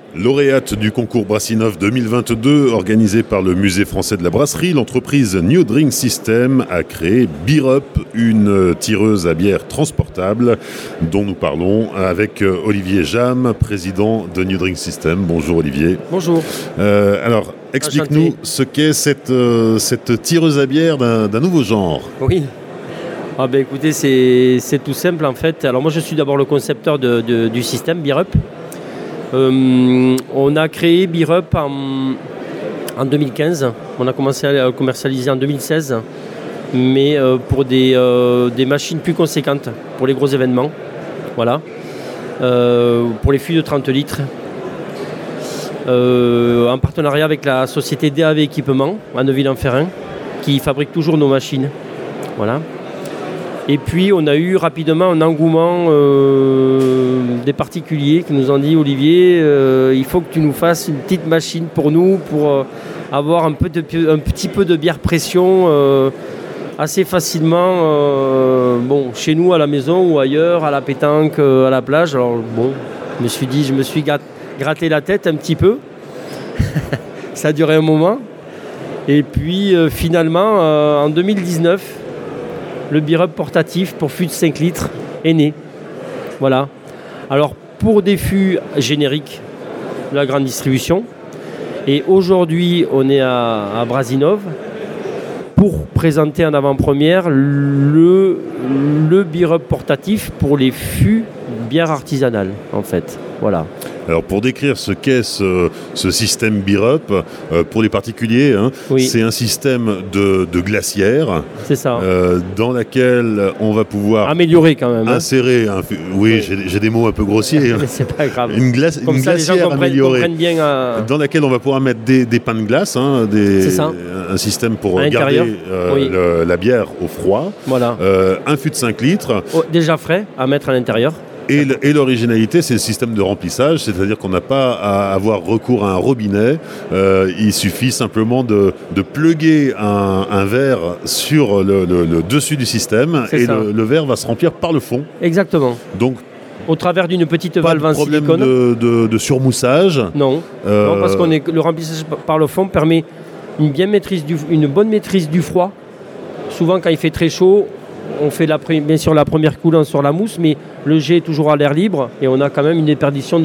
Lauréate du concours Brassinov 2022 organisé par le Musée français de la brasserie, l'entreprise New Drink System a créé Beer-Up, une tireuse à bière transportable dont nous parlons avec Olivier Jam, président de New Drink System. Bonjour Olivier. Bonjour. Alors, explique-nous ce qu'est cette tireuse à bière d'un nouveau genre. Oui. Écoutez, c'est tout simple en fait. Alors moi je suis d'abord le concepteur du système Beer-Up. On a créé Beer-Up en 2015. On a commencé à le commercialiser en 2016, mais pour des machines plus conséquentes, pour les gros événements. Voilà. Pour les fûts de 30 litres. En partenariat avec la société DAV Équipement à Neuville-en-Ferrain, qui fabrique toujours nos machines. Voilà. Et puis on a eu rapidement un engouement des particuliers qui nous ont dit Olivier, il faut que tu nous fasses une petite machine pour nous, pour avoir un petit peu de bière pression assez facilement chez nous à la maison ou ailleurs, à la pétanque, à la plage. Alors je me suis gratté la tête un petit peu. Ça a duré un moment. Et puis finalement, en 2019, le Beer-Up portatif pour fûts de 5 litres est né. Voilà. Alors, pour des fûts génériques de la grande distribution. Et aujourd'hui, on est à Brassinov pour présenter en avant-première le Beer-Up portatif pour les fûts bière artisanale, en fait. Voilà. Alors pour décrire ce qu'est ce système Beer-Up, pour les particuliers, oui. C'est un système de glacière. C'est ça. Dans laquelle on va pouvoir améliorer quand même. Insérer oui. J'ai des mots un peu grossiers. Mais c'est pas grave. Une glacière les gens améliorée. Bien dans laquelle on va pouvoir mettre des pains de glace, c'est ça. Un système pour garder la bière au froid. Voilà. Un fût de 5 litres. Déjà frais à mettre à l'intérieur. Et l'originalité, c'est le système de remplissage, c'est-à-dire qu'on n'a pas à avoir recours à un robinet. Il suffit simplement de plugger un verre sur le dessus du système et le verre va se remplir par le fond. Exactement. Donc, au travers d'une petite valve en silicone. Pas de problème de surmoussage. Non, parce que le remplissage par le fond permet une bonne maîtrise du froid. Souvent, quand il fait très chaud, on fait bien sûr la première coulance sur la mousse, mais le jet est toujours à l'air libre et on a quand même une déperdition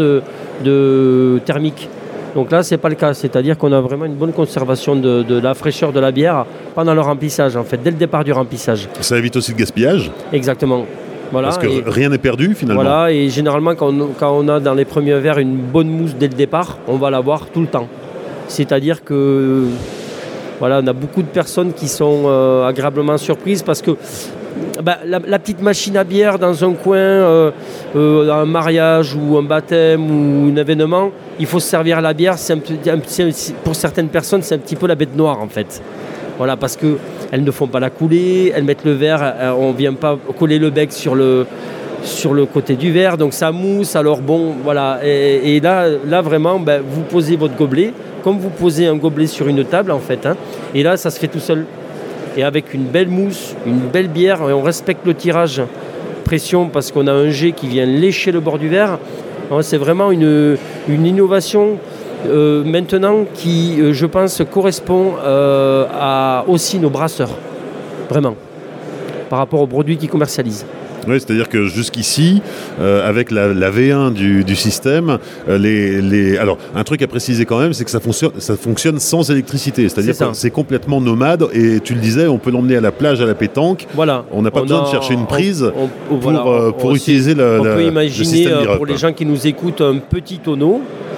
de thermique. Donc là, c'est pas le cas, c'est-à-dire qu'on a vraiment une bonne conservation de la fraîcheur de la bière pendant le remplissage, en fait, dès le départ du remplissage. Ça évite aussi le gaspillage. Exactement. Voilà, parce que rien n'est perdu finalement. Voilà, et généralement, quand on a dans les premiers verres une bonne mousse dès le départ, on va l'avoir tout le temps. C'est-à-dire que voilà, on a beaucoup de personnes qui sont agréablement surprises parce que la petite machine à bière dans un coin, un mariage ou un baptême ou un événement, il faut se servir à la bière. Pour certaines personnes, c'est un petit peu la bête noire en fait. Voilà, parce qu'elles ne font pas la couler, elles mettent le verre, on ne vient pas coller le bec sur le côté du verre, donc ça mousse. Alors voilà. Et là vraiment, vous posez votre gobelet, comme vous posez un gobelet sur une table en fait. Et là, ça se fait tout seul. Et avec une belle mousse, une belle bière, et on respecte le tirage pression parce qu'on a un jet qui vient lécher le bord du verre. C'est vraiment une innovation maintenant qui, je pense, correspond à aussi nos brasseurs, vraiment, par rapport aux produits qu'ils commercialisent. Oui, c'est-à-dire que jusqu'ici, avec la V1 du système, alors un truc à préciser quand même, c'est que ça fonctionne sans électricité, c'est-à-dire que c'est complètement nomade et tu le disais, on peut l'emmener à la plage, à la pétanque. Voilà. On n'a pas besoin de chercher une prise pour utiliser le système. On peut imaginer pour les gens qui nous écoutent un petit tonneau,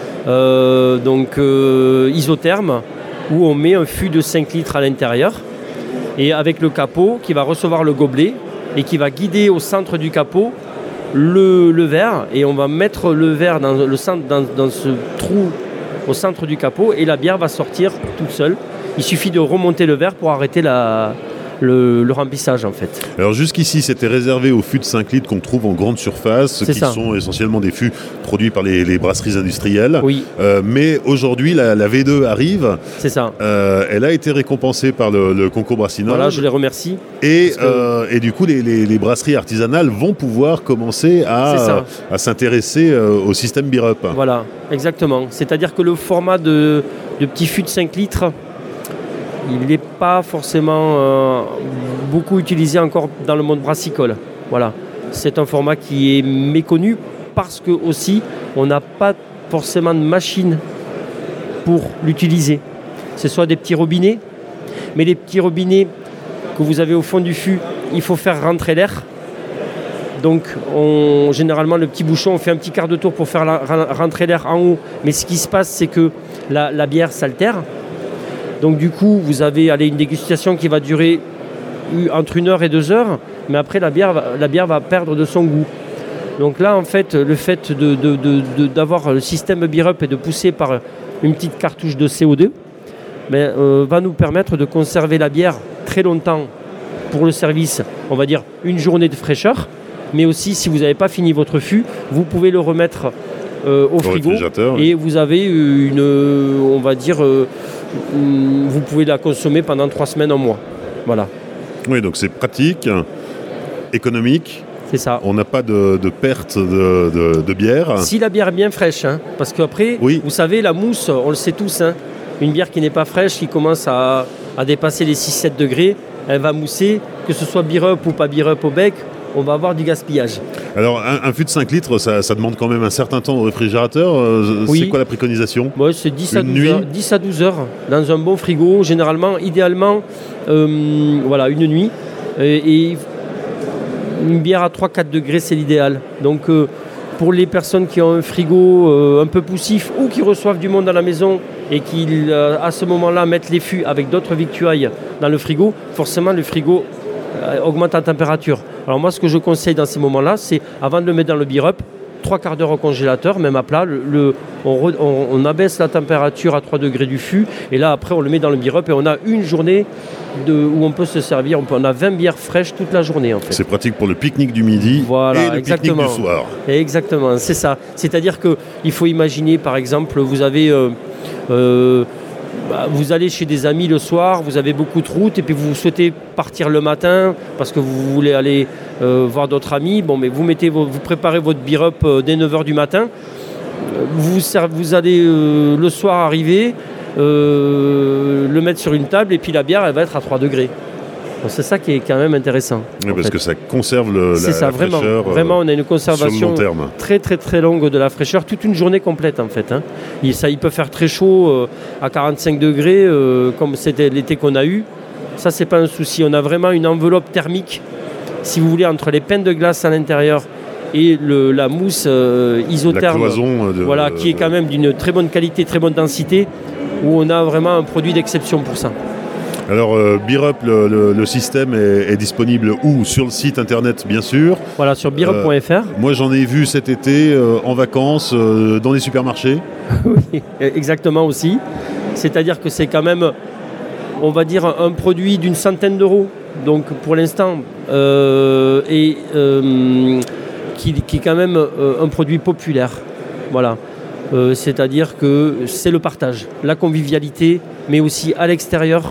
isotherme, où on met un fût de 5 litres à l'intérieur et avec le capot qui va recevoir le gobelet et qui va guider au centre du capot le verre, et on va mettre le verre dans ce trou au centre du capot et la bière va sortir toute seule. Il suffit de remonter le verre pour arrêter la le remplissage en fait. Alors jusqu'ici, c'était réservé aux fûts de 5 litres qu'on trouve en grande surface, qui sont essentiellement des fûts produits par les brasseries industrielles. Oui. Mais aujourd'hui, la V2 arrive. C'est ça. Elle a été récompensée par le concours Brassinov. Voilà, je les remercie. Et du coup, les brasseries artisanales vont pouvoir commencer à s'intéresser au système Birup. Voilà, exactement. C'est-à-dire que le format de petits fûts de 5 litres, il n'est pas forcément beaucoup utilisé encore dans le monde brassicole. Voilà. C'est un format qui est méconnu parce que aussi on n'a pas forcément de machine pour l'utiliser. C'est soit des petits robinets, mais les petits robinets que vous avez au fond du fût, il faut faire rentrer l'air. Donc généralement le petit bouchon, on fait un petit quart de tour pour faire rentrer l'air en haut. Mais ce qui se passe, c'est que la bière s'altère. Donc du coup, vous avez une dégustation qui va durer entre 1 heure et 2 heures, mais après la bière va perdre de son goût. Donc là, en fait, le fait d'avoir le système Birup et de pousser par une petite cartouche de CO2 va nous permettre de conserver la bière très longtemps pour le service, on va dire une journée de fraîcheur, mais aussi si vous n'avez pas fini votre fût, vous pouvez le remettre au frigo et vous avez on va dire, vous pouvez la consommer pendant 3 semaines, un mois. Voilà. Oui, donc c'est pratique, économique. C'est ça. On n'a pas de perte de bière. Si la bière est bien fraîche, parce qu'après, vous savez, la mousse, on le sait tous, une bière qui n'est pas fraîche, qui commence à dépasser les 6-7 degrés, elle va mousser, que ce soit Birup ou pas Birup au bec, on va avoir du gaspillage. Alors, un fût de 5 litres, ça demande quand même un certain temps au réfrigérateur. C'est quoi la préconisation ? C'est 10 à 12 heures dans un bon frigo, généralement, idéalement, une nuit. Et une bière à 3-4 degrés, c'est l'idéal. Donc, pour les personnes qui ont un frigo un peu poussif ou qui reçoivent du monde à la maison et qui, à ce moment-là, mettent les fûts avec d'autres victuailles dans le frigo, forcément, le frigo augmente la température. Alors moi, ce que je conseille dans ces moments-là, c'est avant de le mettre dans le Birup, 3/4 d'heure au congélateur, même à plat, on abaisse la température à 3 degrés du fût, et là, après, on le met dans le Birup, et on a une journée où on peut se servir, on a 20 bières fraîches toute la journée, en fait. C'est pratique pour le pique-nique du midi et le pique-nique du soir. Exactement, c'est ça. C'est-à-dire qu'il faut imaginer, par exemple, vous avez... vous allez chez des amis le soir, vous avez beaucoup de route et puis vous souhaitez partir le matin parce que vous voulez aller voir d'autres amis. Bon, mais vous préparez votre Birup dès 9h du matin. Vous allez le soir arriver, le mettre sur une table et puis la bière, elle va être à 3 degrés. Donc c'est ça qui est quand même intéressant. Oui, parce que ça conserve la fraîcheur. Vraiment, on a une conservation très très très longue de la fraîcheur, toute une journée complète en fait. Il peut faire très chaud à 45 degrés, comme c'était l'été qu'on a eu. Ça, c'est pas un souci. On a vraiment une enveloppe thermique, si vous voulez, entre les pains de glace à l'intérieur et la mousse isotherme, la cloison qui est quand même d'une très bonne qualité, très bonne densité, où on a vraiment un produit d'exception pour ça. Alors, Birup, le système est disponible où ? Sur le site internet, bien sûr. Voilà, sur birup.fr. Moi, j'en ai vu cet été en vacances dans les supermarchés. Oui, exactement aussi. C'est-à-dire que c'est quand même, on va dire, un produit d'une centaine d'euros. Donc, pour l'instant, qui est quand même un produit populaire. Voilà. C'est-à-dire que c'est le partage, la convivialité, mais aussi à l'extérieur.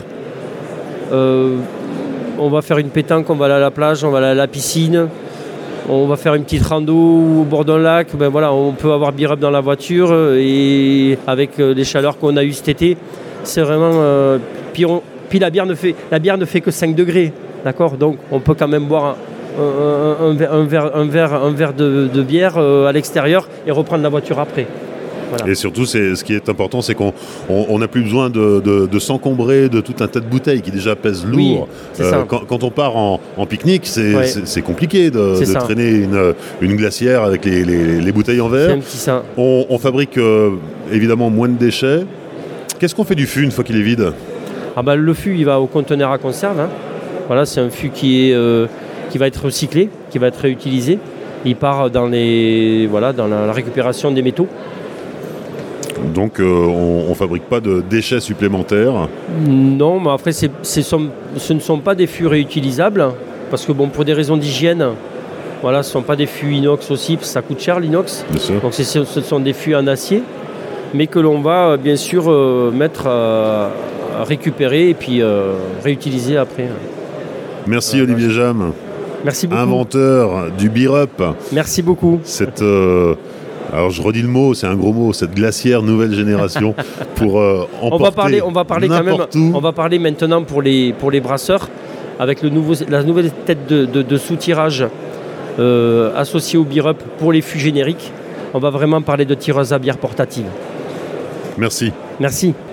On va faire une pétanque, on va aller à la plage, on va aller à la piscine, on va faire une petite rando au bord d'un lac. On peut avoir Birup dans la voiture et avec les chaleurs qu'on a eues cet été, c'est vraiment. Puis la bière ne fait que 5 degrés, d'accord. Donc on peut quand même boire un verre de bière à l'extérieur et reprendre la voiture après. Voilà. Et surtout, ce qui est important, c'est qu'on n'a plus besoin de s'encombrer de tout un tas de bouteilles qui déjà pèsent lourd. Oui, quand on part en pique-nique, c'est compliqué de traîner une glacière avec les bouteilles en verre. On fabrique évidemment moins de déchets. Qu'est-ce qu'on fait du fût une fois qu'il est vide ? Le fût, il va au conteneur à conserve. Voilà, c'est un fût qui va être recyclé, qui va être réutilisé. Il part dans la récupération des métaux. Donc on ne fabrique pas de déchets supplémentaires? Non, mais après ce ne sont pas des fûts réutilisables, parce que pour des raisons d'hygiène, voilà, ce ne sont pas des fûts inox aussi, parce que ça coûte cher l'inox. Bien sûr. Donc ce sont des fûts en acier, mais que l'on va bien sûr mettre à récupérer et puis réutiliser après. Merci Olivier Jam. Merci beaucoup. Inventeur du Beer-Up. Merci beaucoup. Alors je redis le mot, c'est un gros mot, cette glacière nouvelle génération pour emporter on va parler quand même. où. On va parler maintenant pour les brasseurs avec la nouvelle tête de soutirage associée au Beer-Up pour les fûts génériques. On va vraiment parler de tireuse à bière portative. Merci. Merci.